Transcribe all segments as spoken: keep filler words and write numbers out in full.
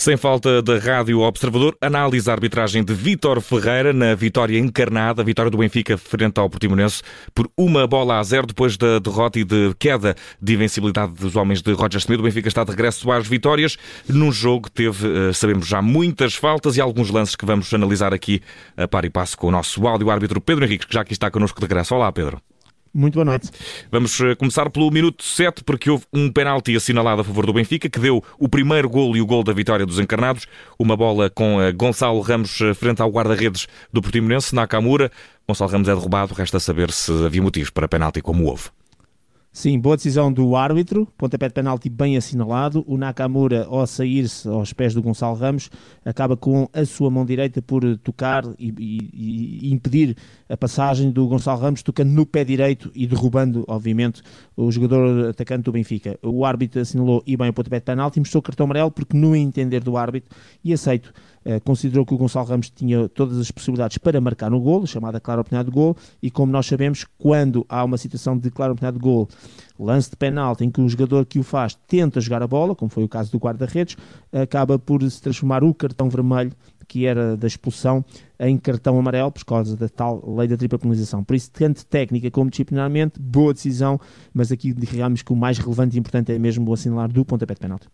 Sem falta da Rádio Observador, análise a arbitragem de Vítor Ferreira na vitória encarnada, a vitória do Benfica frente ao Portimonense por uma bola a zero depois da derrota e de queda de invencibilidade dos homens de Roger Semedo. O Benfica está de regresso às vitórias num jogo que teve, sabemos já, muitas faltas e alguns lances que vamos analisar aqui a par e passo com o nosso áudio-árbitro Pedro Henriques, que já aqui está connosco de regresso. Olá, Pedro. Muito boa noite. Vamos começar pelo minuto sete, porque houve um penalti assinalado a favor do Benfica, que deu o primeiro golo e o golo da vitória dos encarnados. Uma bola com Gonçalo Ramos frente ao guarda-redes do Portimonense, Nakamura. Gonçalo Ramos é derrubado, resta saber se havia motivos para penalti como houve. Sim, boa decisão do árbitro, pontapé de penalti bem assinalado. O Nakamura, ao sair-se aos pés do Gonçalo Ramos, acaba com a sua mão direita por tocar e, e, e impedir a passagem do Gonçalo Ramos, tocando no pé direito e derrubando, obviamente, o jogador atacante do Benfica. O árbitro assinalou e bem o pontapé de penalti, mostrou cartão amarelo porque, no entender do árbitro, e aceito, considerou que o Gonçalo Ramos tinha todas as possibilidades para marcar no golo, chamada clara oportunidade de golo, e como nós sabemos, quando há uma situação de clara oportunidade de golo, lance de penalti em que o jogador que o faz tenta jogar a bola, como foi o caso do guarda-redes, acaba por se transformar o cartão vermelho, que era da expulsão, em cartão amarelo, por causa da tal lei da tripla penalização. Por isso, tanto técnica como disciplinarmente, boa decisão, mas aqui digamos que o mais relevante e importante é mesmo o assinalar do pontapé de penalti.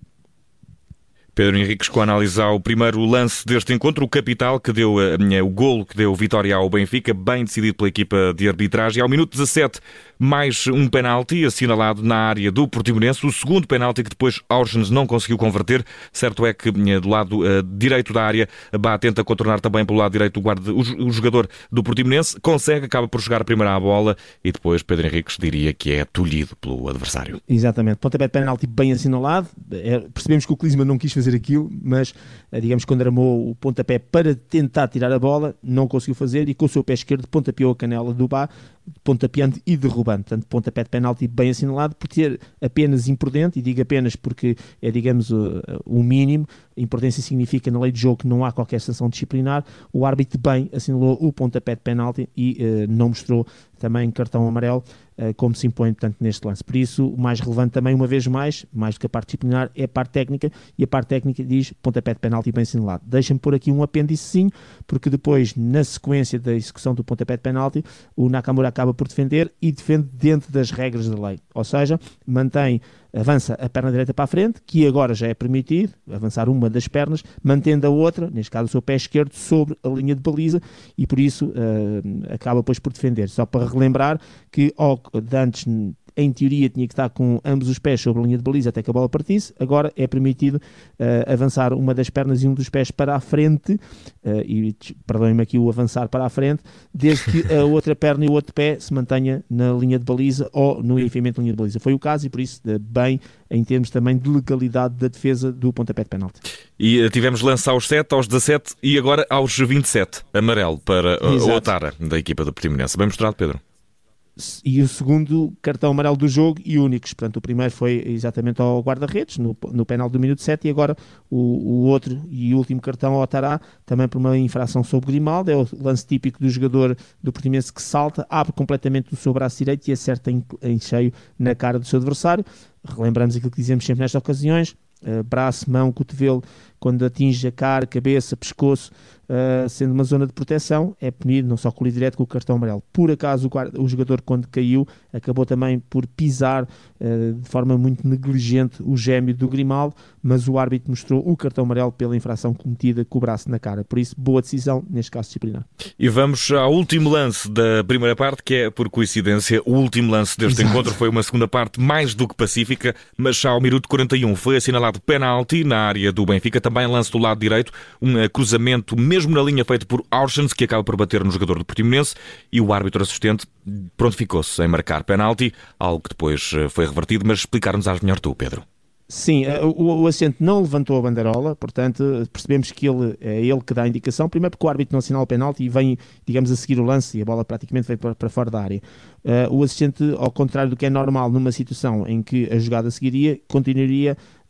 Pedro Henriques, com a análise ao primeiro lance deste encontro, o capital que deu uh, o golo que deu vitória ao Benfica, bem decidido pela equipa de arbitragem. Ao minuto dezassete, mais um penalti assinalado na área do Portimonense, o segundo penalti que depois Aursens não conseguiu converter. Certo é que uh, do lado uh, direito da área, Bá tenta contornar também pelo lado direito o, guarda, o, o jogador do Portimonense, consegue, acaba por jogar a primeira à bola e depois Pedro Henriques diria que é tolhido pelo adversário. Exatamente, pontapé de penalti bem assinalado. É, percebemos que o Klinsmann não quis fazer aquilo, mas digamos que quando armou o pontapé para tentar tirar a bola, não conseguiu fazer e com o seu pé esquerdo pontapeou a canela do Bá, pontapeando e derrubando. Portanto, pontapé de penalti bem assinalado por ter apenas imprudente, e digo apenas porque é, digamos, o, o mínimo. Imprudência significa, na lei de jogo, que não há qualquer sanção disciplinar. O árbitro bem assinalou o pontapé de penalti e uh, não mostrou também cartão amarelo, uh, como se impõe, portanto, neste lance. Por isso, o mais relevante também, uma vez mais, mais do que a parte disciplinar, é a parte técnica, e a parte técnica diz pontapé de penalti bem assinalado. Deixa-me pôr aqui um apêndicezinho, porque depois, na sequência da execução do pontapé de penalti, o Nakamura acaba por defender e defende dentro das regras da lei. Ou seja, mantém, avança a perna direita para a frente, que agora já é permitido, avançar uma das pernas, mantendo a outra, neste caso o seu pé esquerdo, sobre a linha de baliza, e por isso uh, acaba depois por defender. Só para relembrar que ó, de antes, em teoria, tinha que estar com ambos os pés sobre a linha de baliza até que a bola partisse. Agora é permitido uh, avançar uma das pernas e um dos pés para a frente, uh, e perdoem-me aqui o avançar para a frente, desde que a outra perna e o outro pé se mantenha na linha de baliza ou no enfiamento da linha de baliza. Foi o caso e por isso uh, bem em termos também de legalidade da defesa do pontapé de penalti. E uh, tivemos lance aos sete, aos dezassete e agora aos vinte e sete, amarelo para uh, o Otara da equipa do Portimonense. Bem mostrado, Pedro. E o segundo cartão amarelo do jogo e únicos. Portanto, o primeiro foi exatamente ao guarda-redes, no, no penal do minuto sete, e agora o, o outro e último cartão ao Otará, também por uma infração sobre Grimaldo. É o lance típico do jogador do Portimonense que salta, abre completamente o seu braço direito e acerta em, em cheio na cara do seu adversário. Relembramos aquilo que dizemos sempre nestas ocasiões: uh, braço, mão, cotovelo, quando atinge a cara, cabeça, pescoço, uh, sendo uma zona de proteção, é punido não só com o direto, com o cartão amarelo. Por acaso o, guarda, o jogador, quando caiu, acabou também por pisar uh, de forma muito negligente o gêmeo do Grimaldo, mas o árbitro mostrou o cartão amarelo pela infração cometida com o braço na cara. Por isso, boa decisão, neste caso disciplinar. E vamos ao último lance da primeira parte, que é, por coincidência, o último lance deste Exato. encontro. Foi uma segunda parte mais do que pacífica, mas já ao minuto quarenta e um foi assinalado penalti na área do Benfica. Também lance do lado direito, um cruzamento mesmo na linha feito por Aursens, que acaba por bater no jogador do Portimonense, e o árbitro assistente prontificou-se em marcar penalti, algo que depois foi revertido, mas explicar-nos às melhor tu, Pedro. Sim, o, o assistente não levantou a bandeirola, portanto percebemos que ele, é ele que dá a indicação, primeiro porque o árbitro não assinala o penalti e vem, digamos, a seguir o lance e a bola praticamente veio para, para fora da área. Uh, o assistente, ao contrário do que é normal numa situação em que a jogada seguiria, continuaria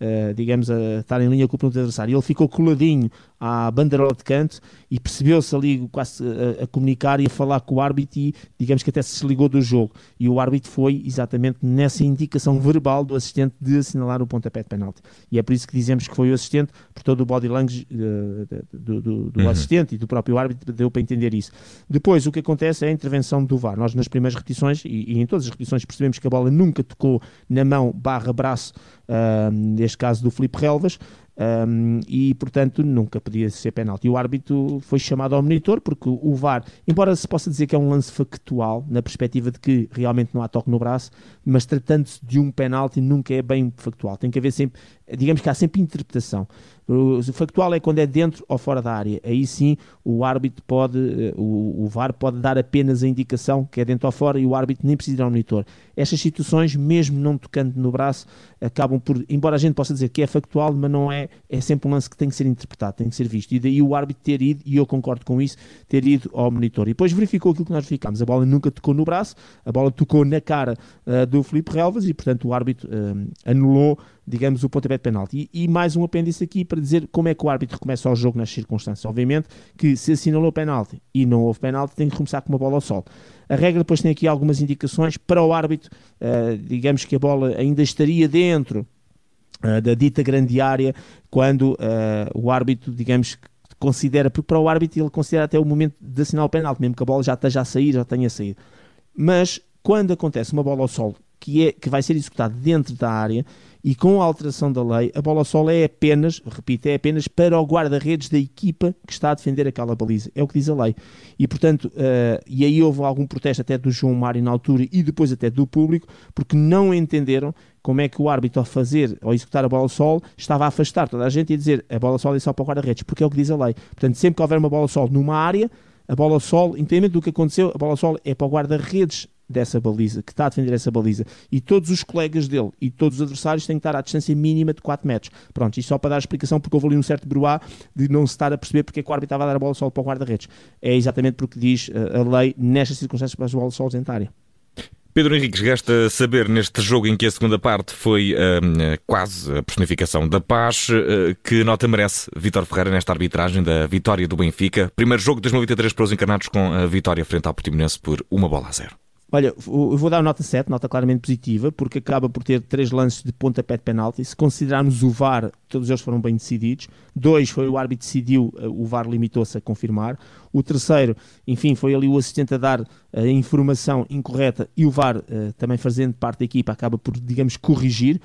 uh, digamos, a estar em linha com o ponto adversário. Ele ficou coladinho à banderola de canto e percebeu-se ali quase a, a comunicar e a falar com o árbitro e, digamos que até se desligou do jogo. E o árbitro foi exatamente nessa indicação verbal do assistente de assinalar o pontapé de penalti. E é por isso que dizemos que foi o assistente, por todo o body language uh, do, do, do uhum. assistente e do próprio árbitro, deu para entender isso. Depois, o que acontece é a intervenção do V A R. Nós, nas primeiras repetições, e, e em todas as repetições, percebemos que a bola nunca tocou na mão barra braço, uh, neste caso do Filipe Relvas, Um, e portanto nunca podia ser penalti. O árbitro foi chamado ao monitor porque o V A R, embora se possa dizer que é um lance factual na perspectiva de que realmente não há toque no braço, mas tratando-se de um penalti nunca é bem factual, tem que haver sempre, digamos que há sempre interpretação. O factual é quando é dentro ou fora da área, aí sim o árbitro pode, o, o V A R pode dar apenas a indicação que é dentro ou fora e o árbitro nem precisa ir ao monitor. Estas situações, mesmo não tocando no braço, acabam por, embora a gente possa dizer que é factual, mas não é, é sempre um lance que tem que ser interpretado, tem que ser visto, e daí o árbitro ter ido, e eu concordo com isso, ter ido ao monitor. E depois verificou aquilo que nós verificámos, a bola nunca tocou no braço, a bola tocou na cara uh, do Filipe Relvas e portanto o árbitro uh, anulou, digamos, o pontapé de penalti. E, e mais um apêndice aqui para dizer como é que o árbitro recomeça o jogo nas circunstâncias. Obviamente que se assinalou penalti e não houve penalti, tem que começar com uma bola ao sol. A regra depois tem aqui algumas indicações para o árbitro, uh, digamos que a bola ainda estaria dentro uh, da dita grande área quando uh, o árbitro, digamos, considera, porque para o árbitro ele considera até o momento de assinar o penalti, mesmo que a bola já esteja a sair, já tenha saído. Mas quando acontece uma bola ao sol que, é, que vai ser executada dentro da área e com a alteração da lei, a bola ao sol é apenas, repito, é apenas para o guarda-redes da equipa que está a defender aquela baliza. É o que diz a lei. E, portanto, uh, e aí houve algum protesto até do João Mário na altura e depois até do público, porque não entenderam como é que o árbitro, ao fazer, ao executar a bola ao sol, estava a afastar toda a gente e a dizer a bola ao sol é só para o guarda-redes, porque é o que diz a lei. Portanto, sempre que houver uma bola ao sol numa área, a bola ao sol, independente do que aconteceu, a bola ao sol é para o guarda-redes dessa baliza, que está a defender essa baliza, e todos os colegas dele e todos os adversários têm que estar à distância mínima de quatro metros. Pronto, isto só para dar a explicação, porque houve ali um certo bruá de não se estar a perceber porque é que o árbitro estava a dar a bola ao sol para o guarda-redes. É exatamente porque diz a lei, nestas circunstâncias, para as bolas ao sol dentro da área. Pedro Henriques, resta saber neste jogo em que a segunda parte foi uh, quase a personificação da paz, uh, que nota merece Vítor Ferreira nesta arbitragem da vitória do Benfica. Primeiro jogo de dois mil e vinte e três para os encarnados com a vitória frente ao Portimonense por uma bola a zero. Olha, eu vou dar nota sete, nota claramente positiva, porque acaba por ter três lances de pontapé de penalti. Se considerarmos o V A R, todos eles foram bem decididos. Dois foi o árbitro que decidiu, o V A R limitou-se a confirmar. O terceiro, enfim, foi ali o assistente a dar a informação incorreta e o V A R, uh, também fazendo parte da equipa, acaba por, digamos, corrigir.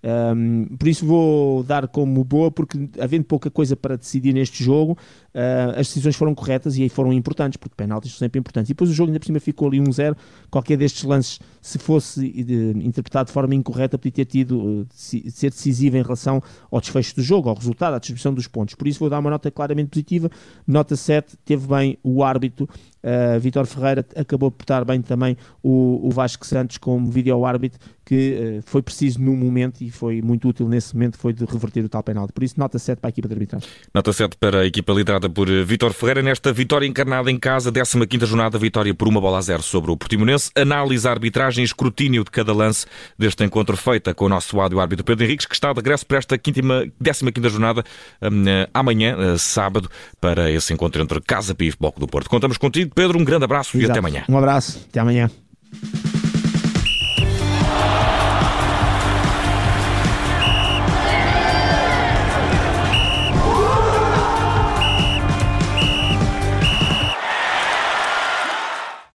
Um, por isso vou dar como boa, porque havendo pouca coisa para decidir neste jogo, uh, as decisões foram corretas e aí foram importantes, porque penaltis são sempre importantes. E depois o jogo ainda por cima ficou ali um zero. Qualquer destes lances, se fosse uh, interpretado de forma incorreta, podia ter tido uh, de ser decisivo em relação ao desfecho do jogo, ao resultado, à distribuição dos pontos. Por isso vou dar uma nota claramente positiva. Nota sete, teve bem o árbitro. Uh, Vítor Ferreira acabou por estar bem também o, o Vasco Santos como vídeo-árbitro, que uh, foi preciso no momento e foi muito útil nesse momento, foi de reverter o tal penalti. Por isso, nota sete para a equipa de arbitragem. Nota sete para a equipa liderada por Vítor Ferreira nesta vitória encarnada em casa, décima quinta jornada, vitória por uma bola a zero sobre o Portimonense. Análise, arbitragem e escrutínio de cada lance deste encontro feita com o nosso áudio-árbitro Pedro Henriques, que está de regresso para esta décima quinta jornada um, amanhã, uh, sábado, para esse encontro entre Casa Pia e Futebol Clube do Porto. Contamos contigo, Pedro, um grande abraço. Exato. E até amanhã. Um abraço, até amanhã.